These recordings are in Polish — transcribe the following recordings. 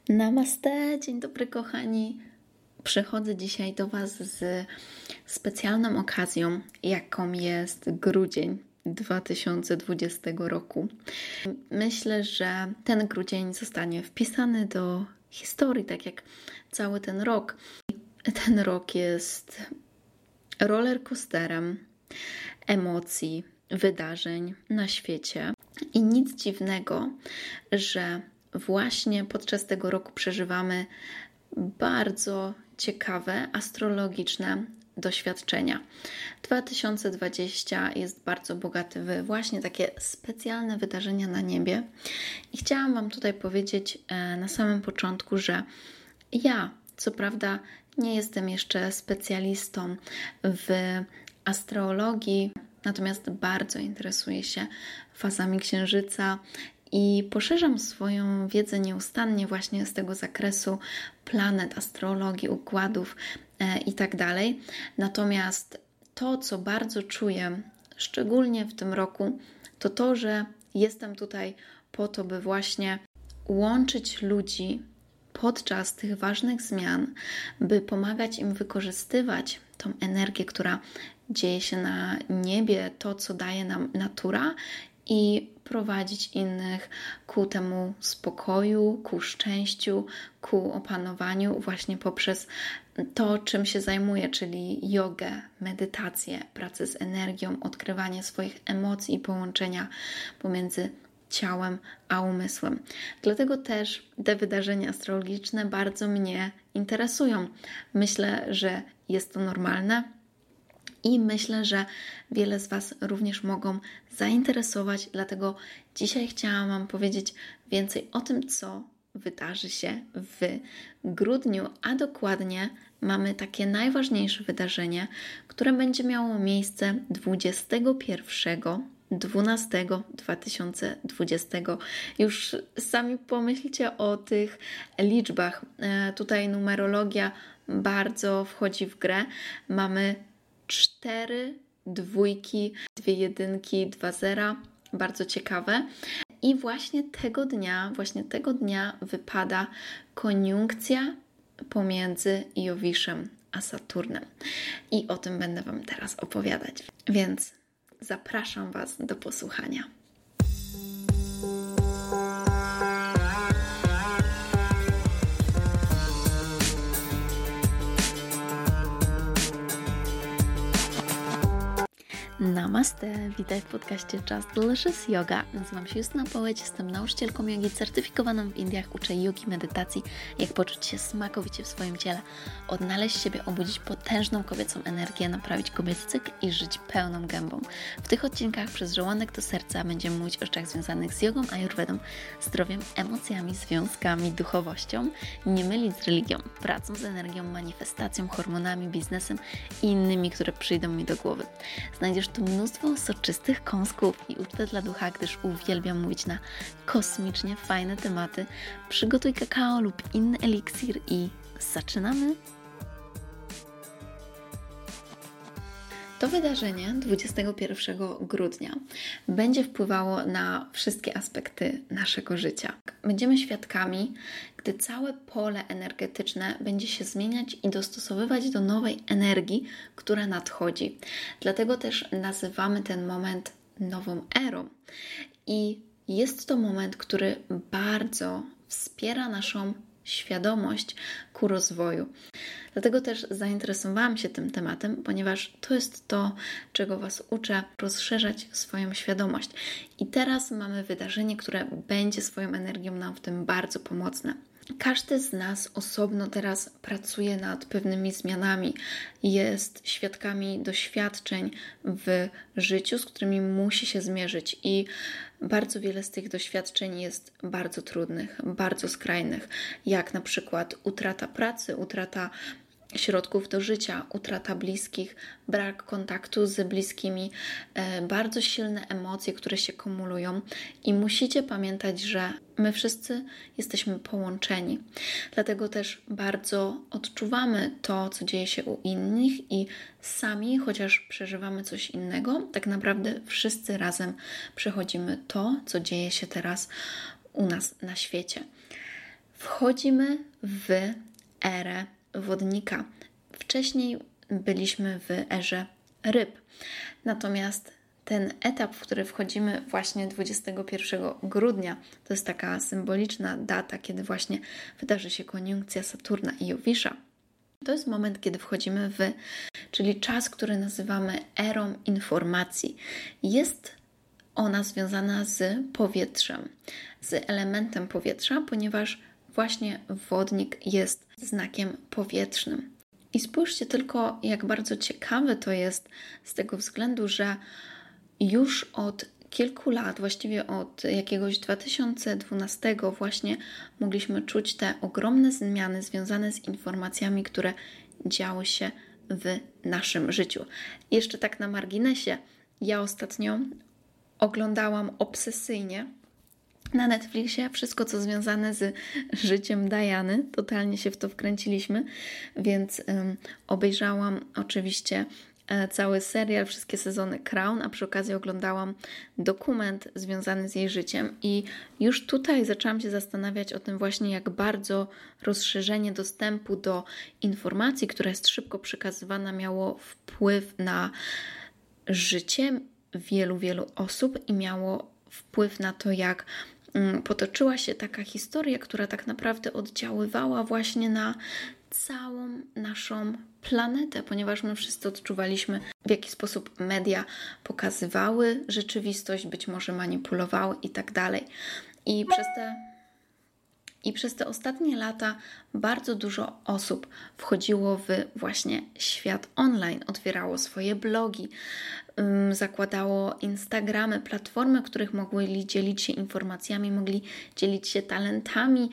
Namaste, dzień dobry kochani. Przychodzę dzisiaj do Was z specjalną okazją, jaką jest grudzień 2020 roku. Myślę, że ten grudzień zostanie wpisany do historii, tak jak cały ten rok. Ten rok jest rollercoasterem emocji, wydarzeń na świecie i nic dziwnego, że właśnie podczas tego roku przeżywamy bardzo ciekawe, astrologiczne doświadczenia. 2020 jest bardzo bogaty w właśnie takie specjalne wydarzenia na niebie i chciałam Wam tutaj powiedzieć na samym początku, że ja, co prawda, nie jestem jeszcze specjalistą w astrologii, natomiast bardzo interesuję się fazami księżyca i poszerzam swoją wiedzę nieustannie właśnie z tego zakresu planet, astrologii, układów i tak dalej. Natomiast to, co bardzo czuję, szczególnie w tym roku, to to, że jestem tutaj po to, by właśnie łączyć ludzi podczas tych ważnych zmian, by pomagać im wykorzystywać tą energię, która dzieje się na niebie, to, co daje nam natura i prowadzić innych ku temu spokoju, ku szczęściu, ku opanowaniu właśnie poprzez to, czym się zajmuję, czyli jogę, medytację, pracę z energią, odkrywanie swoich emocji i połączenia pomiędzy ciałem a umysłem. Dlatego też te wydarzenia astrologiczne bardzo mnie interesują. Myślę, że jest to normalne i myślę, że wiele z Was również mogą zainteresować, dlatego dzisiaj chciałam Wam powiedzieć więcej o tym, co wydarzy się w grudniu, a dokładnie mamy takie najważniejsze wydarzenie, które będzie miało miejsce 21.12.2020. Już sami pomyślcie o tych liczbach. Tutaj numerologia bardzo wchodzi w grę. Mamy 4 dwójki, 2 jedynki, 2 zera. Bardzo ciekawe. I właśnie tego dnia wypada koniunkcja pomiędzy Jowiszem a Saturnem. I o tym będę Wam teraz opowiadać. Więc zapraszam Was do posłuchania. Namaste, witaj w podcaście Just Delicious Yoga. Nazywam się Justyna Połeć, jestem nauczycielką jogi, certyfikowaną w Indiach, uczę jogi, medytacji, jak poczuć się smakowicie w swoim ciele, odnaleźć siebie, obudzić potężną kobiecą energię, naprawić kobiecy cykl i żyć pełną gębą. W tych odcinkach przez żołądek do serca będziemy mówić o rzeczach związanych z jogą, ajurwedą, zdrowiem, emocjami, związkami, duchowością, nie mylić z religią, pracą z energią, manifestacją, hormonami, biznesem i innymi, które przyjdą mi do głowy. Znajdziesz tu mnóstwo soczystych kąsków i ucztę dla ducha, gdyż uwielbiam mówić na kosmicznie fajne tematy. Przygotuj kakao lub inny eliksir i zaczynamy! To wydarzenie 21 grudnia będzie wpływało na wszystkie aspekty naszego życia. Będziemy świadkami, gdy całe pole energetyczne będzie się zmieniać i dostosowywać do nowej energii, która nadchodzi. Dlatego też nazywamy ten moment nową erą. I jest to moment, który bardzo wspiera naszą świadomość ku rozwoju. Dlatego też zainteresowałam się tym tematem, ponieważ to jest to, czego Was uczę, rozszerzać swoją świadomość. I teraz mamy wydarzenie, które będzie swoją energią nam w tym bardzo pomocne. Każdy z nas osobno teraz pracuje nad pewnymi zmianami, jest świadkami doświadczeń w życiu, z którymi musi się zmierzyć i bardzo wiele z tych doświadczeń jest bardzo trudnych, bardzo skrajnych, jak na przykład utrata pracy, utrata środków do życia, utrata bliskich, brak kontaktu z bliskimi, bardzo silne emocje, które się kumulują i musicie pamiętać, że my wszyscy jesteśmy połączeni. Dlatego też bardzo odczuwamy to, co dzieje się u innych i sami, chociaż przeżywamy coś innego, tak naprawdę wszyscy razem przechodzimy to, co dzieje się teraz u nas na świecie. Wchodzimy w erę wodnika. Wcześniej byliśmy w erze ryb. Natomiast ten etap, w który wchodzimy właśnie 21 grudnia, to jest taka symboliczna data, kiedy właśnie wydarzy się koniunkcja Saturna i Jowisza. To jest moment, kiedy wchodzimy czyli czas, który nazywamy erą informacji. Jest ona związana z powietrzem, z elementem powietrza, ponieważ właśnie wodnik jest znakiem powietrznym. I spójrzcie tylko, jak bardzo ciekawe to jest z tego względu, że już od kilku lat, właściwie od jakiegoś 2012 właśnie mogliśmy czuć te ogromne zmiany związane z informacjami, które działy się w naszym życiu. Jeszcze tak na marginesie, ja ostatnio oglądałam obsesyjnie na Netflixie wszystko, co związane z życiem Diany. Totalnie się w to wkręciliśmy, więc obejrzałam oczywiście cały serial, wszystkie sezony Crown, a przy okazji oglądałam dokument związany z jej życiem i już tutaj zaczęłam się zastanawiać o tym właśnie, jak bardzo rozszerzenie dostępu do informacji, która jest szybko przekazywana, miało wpływ na życie wielu osób i miało wpływ na to, jak potoczyła się taka historia, która tak naprawdę oddziaływała właśnie na całą naszą planetę, ponieważ my wszyscy odczuwaliśmy, w jaki sposób media pokazywały rzeczywistość, być może manipulowały i tak dalej. I przez te ostatnie lata bardzo dużo osób wchodziło w właśnie świat online, otwierało swoje blogi, zakładało Instagramy, platformy, w których mogli dzielić się informacjami, mogli dzielić się talentami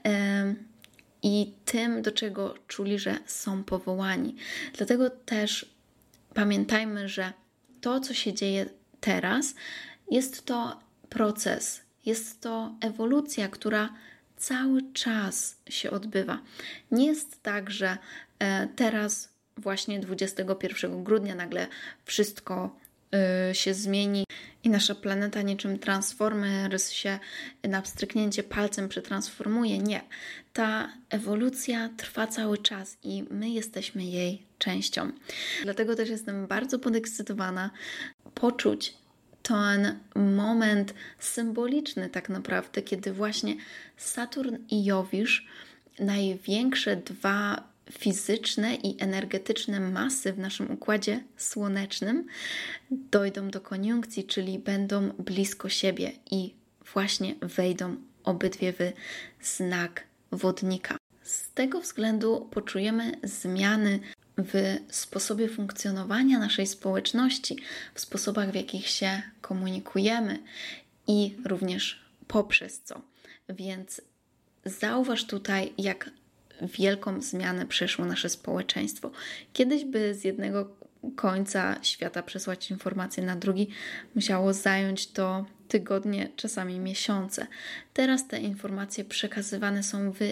i tym, do czego czuli, że są powołani. Dlatego też pamiętajmy, że to, co się dzieje teraz, jest to proces, jest to ewolucja, która cały czas się odbywa. Nie jest tak, że teraz właśnie 21 grudnia nagle wszystko się zmieni i nasza planeta niczym Transformers się na pstryknięcie palcem przetransformuje. Nie. Ta ewolucja trwa cały czas i my jesteśmy jej częścią. Dlatego też jestem bardzo podekscytowana poczuć ten moment symboliczny tak naprawdę, kiedy właśnie Saturn i Jowisz, największe dwa fizyczne i energetyczne masy w naszym układzie słonecznym, dojdą do koniunkcji, czyli będą blisko siebie i właśnie wejdą obydwie w znak wodnika. Z tego względu poczujemy zmiany w sposobie funkcjonowania naszej społeczności, w sposobach, w jakich się komunikujemy i również poprzez co. Więc zauważ tutaj, jak wielką zmianę przeszło nasze społeczeństwo. Kiedyś, by z jednego końca świata przesłać informacje na drugi, musiało zająć to tygodnie, czasami miesiące. Teraz te informacje przekazywane są w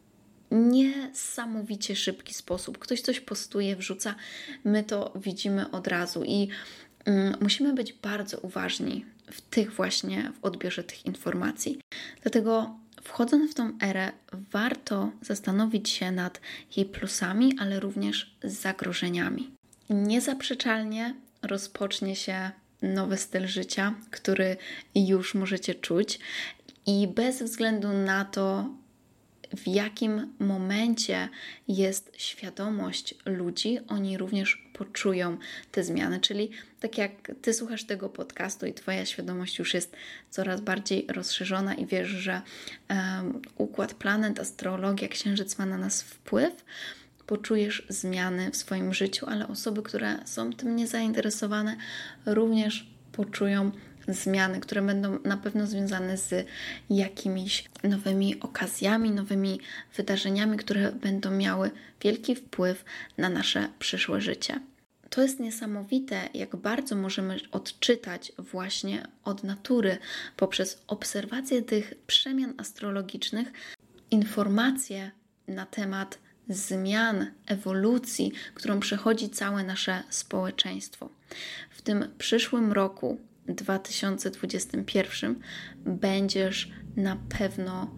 niesamowicie szybki sposób. Ktoś coś postuje, wrzuca, my to widzimy od razu i musimy być bardzo uważni w odbiorze tych informacji. Dlatego wchodząc w tą erę, warto zastanowić się nad jej plusami, ale również zagrożeniami. Niezaprzeczalnie rozpocznie się nowy styl życia, który już możecie czuć i bez względu na to, w jakim momencie jest świadomość ludzi, oni również poczują te zmiany. Czyli tak jak Ty słuchasz tego podcastu i Twoja świadomość już jest coraz bardziej rozszerzona i wiesz, że układ planet, astrologia, księżyc ma na nas wpływ, poczujesz zmiany w swoim życiu, ale osoby, które są tym niezainteresowane, również poczują zmiany, które będą na pewno związane z jakimiś nowymi okazjami, nowymi wydarzeniami, które będą miały wielki wpływ na nasze przyszłe życie. To jest niesamowite, jak bardzo możemy odczytać właśnie od natury poprzez obserwację tych przemian astrologicznych, informacje na temat zmian, ewolucji, którą przechodzi całe nasze społeczeństwo. W tym przyszłym roku 2021 będziesz na pewno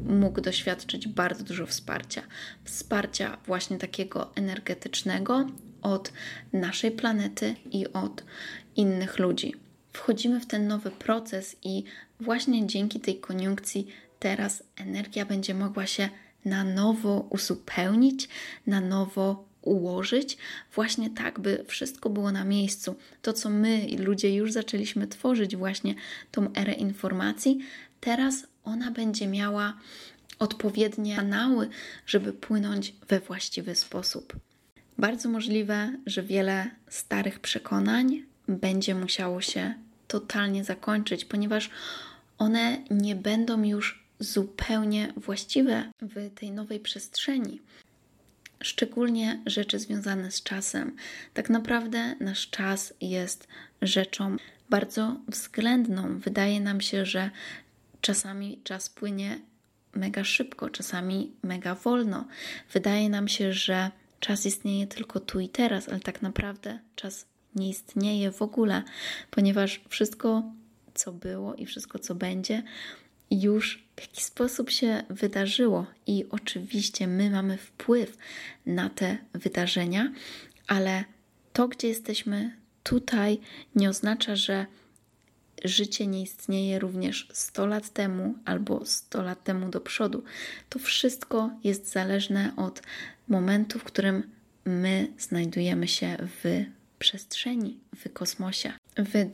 mógł doświadczyć bardzo dużo wsparcia. Wsparcia właśnie takiego energetycznego od naszej planety i od innych ludzi. Wchodzimy w ten nowy proces i właśnie dzięki tej koniunkcji teraz energia będzie mogła się na nowo uzupełnić, na nowo ułożyć, właśnie tak, by wszystko było na miejscu. To, co my, ludzie, już zaczęliśmy tworzyć, właśnie tą erę informacji, teraz ona będzie miała odpowiednie kanały, żeby płynąć we właściwy sposób. Bardzo możliwe, że wiele starych przekonań będzie musiało się totalnie zakończyć, ponieważ one nie będą już zupełnie właściwe w tej nowej przestrzeni. Szczególnie rzeczy związane z czasem. Tak naprawdę nasz czas jest rzeczą bardzo względną. Wydaje nam się, że czasami czas płynie mega szybko, czasami mega wolno. Wydaje nam się, że czas istnieje tylko tu i teraz, ale tak naprawdę czas nie istnieje w ogóle, ponieważ wszystko, co było i wszystko, co będzie, już w jakiś sposób się wydarzyło i oczywiście my mamy wpływ na te wydarzenia, ale to, gdzie jesteśmy tutaj, nie oznacza, że życie nie istnieje również 100 lat temu albo 100 lat temu do przodu. To wszystko jest zależne od momentu, w którym my znajdujemy się w przestrzeni, w kosmosie. W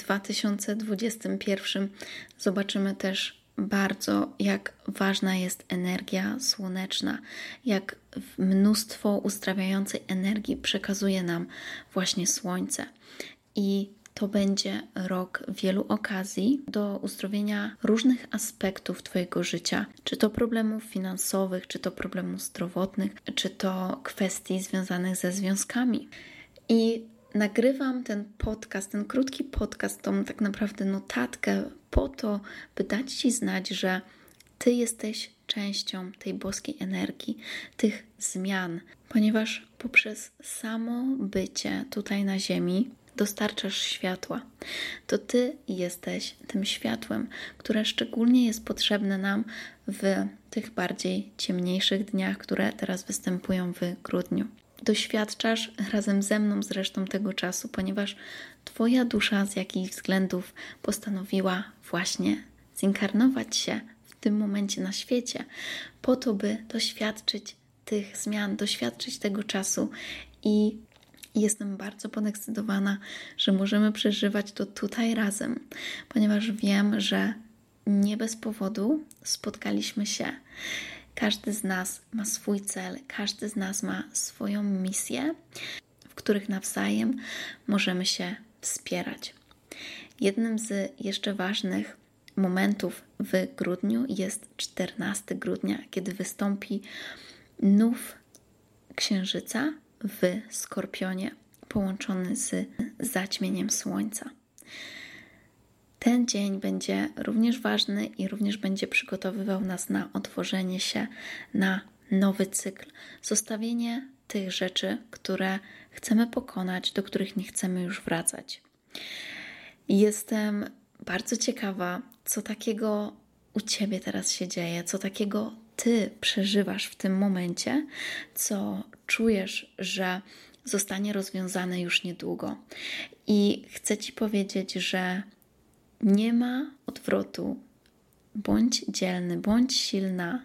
2021 zobaczymy też bardzo, jak ważna jest energia słoneczna, jak mnóstwo uzdrawiającej energii przekazuje nam właśnie Słońce. I to będzie rok wielu okazji do uzdrowienia różnych aspektów Twojego życia. Czy to problemów finansowych, czy to problemów zdrowotnych, czy to kwestii związanych ze związkami. I nagrywam ten podcast, ten krótki podcast, tą tak naprawdę notatkę po to, by dać Ci znać, że Ty jesteś częścią tej boskiej energii, tych zmian, ponieważ poprzez samo bycie tutaj na Ziemi dostarczasz światła. To Ty jesteś tym światłem, które szczególnie jest potrzebne nam w tych bardziej ciemniejszych dniach, które teraz występują w grudniu. Doświadczasz razem ze mną zresztą tego czasu, ponieważ Twoja dusza z jakichś względów postanowiła właśnie zinkarnować się w tym momencie na świecie, po to, by doświadczyć tych zmian, doświadczyć tego czasu i jestem bardzo podekscytowana, że możemy przeżywać to tutaj razem, ponieważ wiem, że nie bez powodu spotkaliśmy się. Każdy z nas ma swój cel, każdy z nas ma swoją misję, w których nawzajem możemy się wspierać. Jednym z jeszcze ważnych momentów w grudniu jest 14 grudnia, kiedy wystąpi nów księżyca w Skorpionie, połączony z zaćmieniem Słońca. Ten dzień będzie również ważny i również będzie przygotowywał nas na otworzenie się na nowy cykl. Zostawienie tych rzeczy, które chcemy pokonać, do których nie chcemy już wracać. Jestem bardzo ciekawa, co takiego u Ciebie teraz się dzieje, co takiego Ty przeżywasz w tym momencie, co czujesz, że zostanie rozwiązane już niedługo. I chcę Ci powiedzieć, że nie ma odwrotu. Bądź dzielny, bądź silna,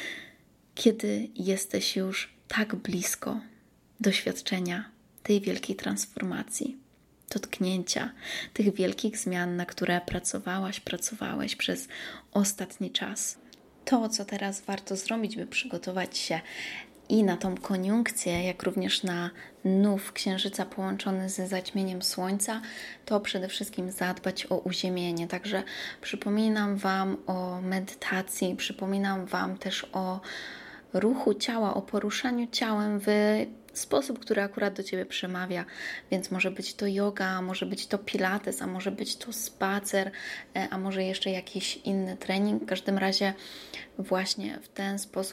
kiedy jesteś już tak blisko doświadczenia tej wielkiej transformacji, dotknięcia tych wielkich zmian, na które pracowałeś przez ostatni czas. To, co teraz warto zrobić, by przygotować się i na tą koniunkcję, jak również na nów księżyca połączony ze zaćmieniem Słońca, to przede wszystkim zadbać o uziemienie. Także przypominam Wam o medytacji, przypominam Wam też o ruchu ciała, o poruszaniu ciałem w sposób, który akurat do Ciebie przemawia, więc może być to yoga, może być to pilates, a może być to spacer, a może jeszcze jakiś inny trening. W każdym razie właśnie w ten sposób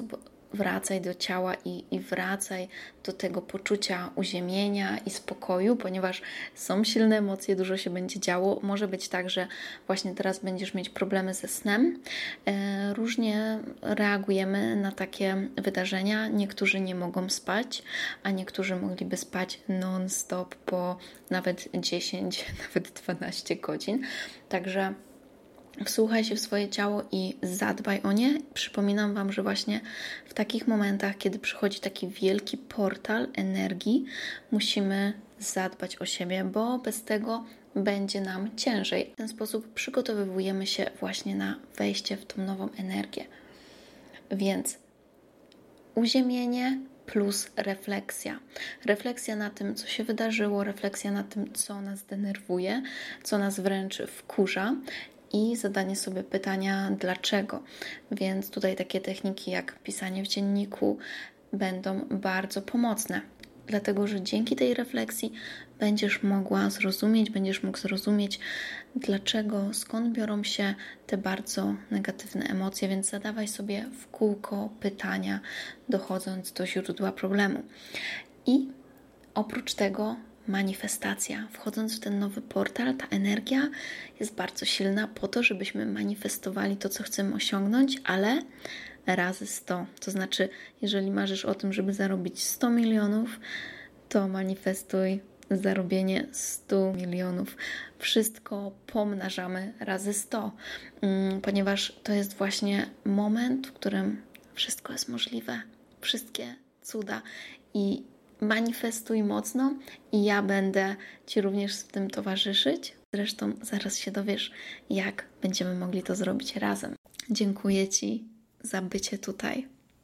wracaj do ciała i wracaj do tego poczucia uziemienia i spokoju, ponieważ są silne emocje, dużo się będzie działo. Może być tak, że właśnie teraz będziesz mieć problemy ze snem. Różnie reagujemy na takie wydarzenia. Niektórzy nie mogą spać, a niektórzy mogliby spać non-stop po nawet 10, nawet 12 godzin. Także wsłuchaj się w swoje ciało i zadbaj o nie. Przypominam Wam, że właśnie w takich momentach, kiedy przychodzi taki wielki portal energii, musimy zadbać o siebie, bo bez tego będzie nam ciężej. W ten sposób przygotowujemy się właśnie na wejście w tą nową energię. Więc uziemienie plus refleksja. Refleksja na tym, co się wydarzyło, refleksja na tym, co nas denerwuje, co nas wręcz wkurza i zadanie sobie pytania dlaczego. Więc tutaj takie techniki jak pisanie w dzienniku będą bardzo pomocne. Dlatego, że dzięki tej refleksji będziesz mógł zrozumieć, dlaczego, skąd biorą się te bardzo negatywne emocje, więc zadawaj sobie w kółko pytania, dochodząc do źródła problemu. I oprócz tego manifestacja. Wchodząc w ten nowy portal, ta energia jest bardzo silna po to, żebyśmy manifestowali to, co chcemy osiągnąć, ale razy 100. To znaczy, jeżeli marzysz o tym, żeby zarobić 100 milionów, to manifestuj zarobienie 100 milionów. Wszystko pomnażamy razy 100, ponieważ to jest właśnie moment, w którym wszystko jest możliwe. Wszystkie cuda i manifestuj mocno i ja będę Ci również w tym towarzyszyć. Zresztą zaraz się dowiesz, jak będziemy mogli to zrobić razem. Dziękuję Ci za bycie tutaj.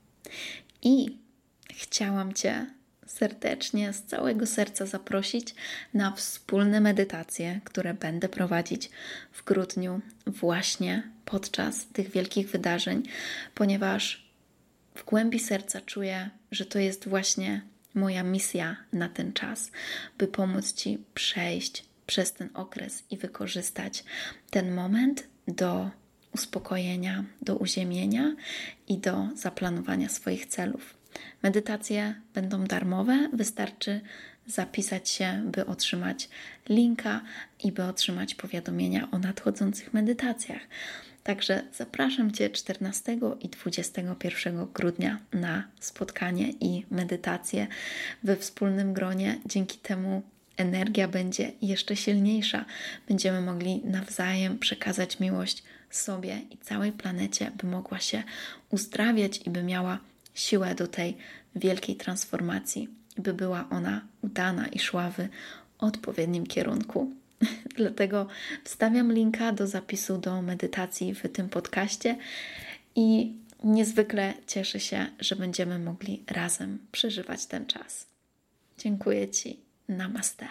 I chciałam Cię serdecznie, z całego serca zaprosić na wspólne medytacje, które będę prowadzić w grudniu właśnie podczas tych wielkich wydarzeń, ponieważ w głębi serca czuję, że to jest właśnie moja misja na ten czas, by pomóc Ci przejść przez ten okres i wykorzystać ten moment do uspokojenia, do uziemienia i do zaplanowania swoich celów. Medytacje będą darmowe, wystarczy zapisać się, by otrzymać linka i by otrzymać powiadomienia o nadchodzących medytacjach. Także zapraszam Cię 14 i 21 grudnia na spotkanie i medytację we wspólnym gronie. Dzięki temu energia będzie jeszcze silniejsza. Będziemy mogli nawzajem przekazać miłość sobie i całej planecie, by mogła się uzdrawiać i by miała siłę do tej wielkiej transformacji, by była ona udana i szła w odpowiednim kierunku. Dlatego wstawiam linka do zapisu do medytacji w tym podcaście i niezwykle cieszę się, że będziemy mogli razem przeżywać ten czas. Dziękuję Ci. Namaste.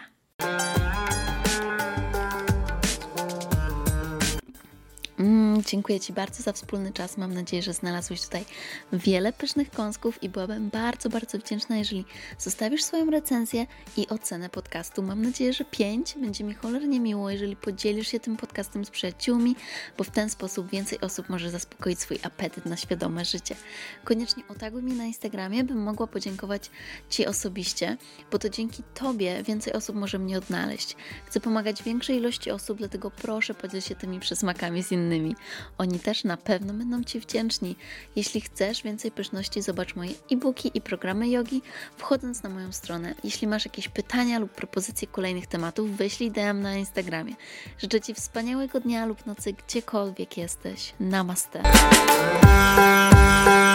Dziękuję Ci bardzo za wspólny czas. Mam nadzieję, że znalazłeś tutaj wiele pysznych kąsków i byłabym bardzo, bardzo wdzięczna, jeżeli zostawisz swoją recenzję i ocenę podcastu. Mam nadzieję, że 5. Będzie mi cholernie miło, jeżeli podzielisz się tym podcastem z przyjaciółmi, bo w ten sposób więcej osób może zaspokoić swój apetyt na świadome życie. Koniecznie otaguj mnie na Instagramie, bym mogła podziękować Ci osobiście, bo to dzięki Tobie więcej osób może mnie odnaleźć. Chcę pomagać większej ilości osób, dlatego proszę podziel się tymi przysmakami z innymi. Oni też na pewno będą Ci wdzięczni. Jeśli chcesz więcej pyszności, zobacz moje e-booki i programy jogi, wchodząc na moją stronę. Jeśli masz jakieś pytania lub propozycje kolejnych tematów, wyślij DM na Instagramie. Życzę Ci wspaniałego dnia lub nocy, gdziekolwiek jesteś. Namaste.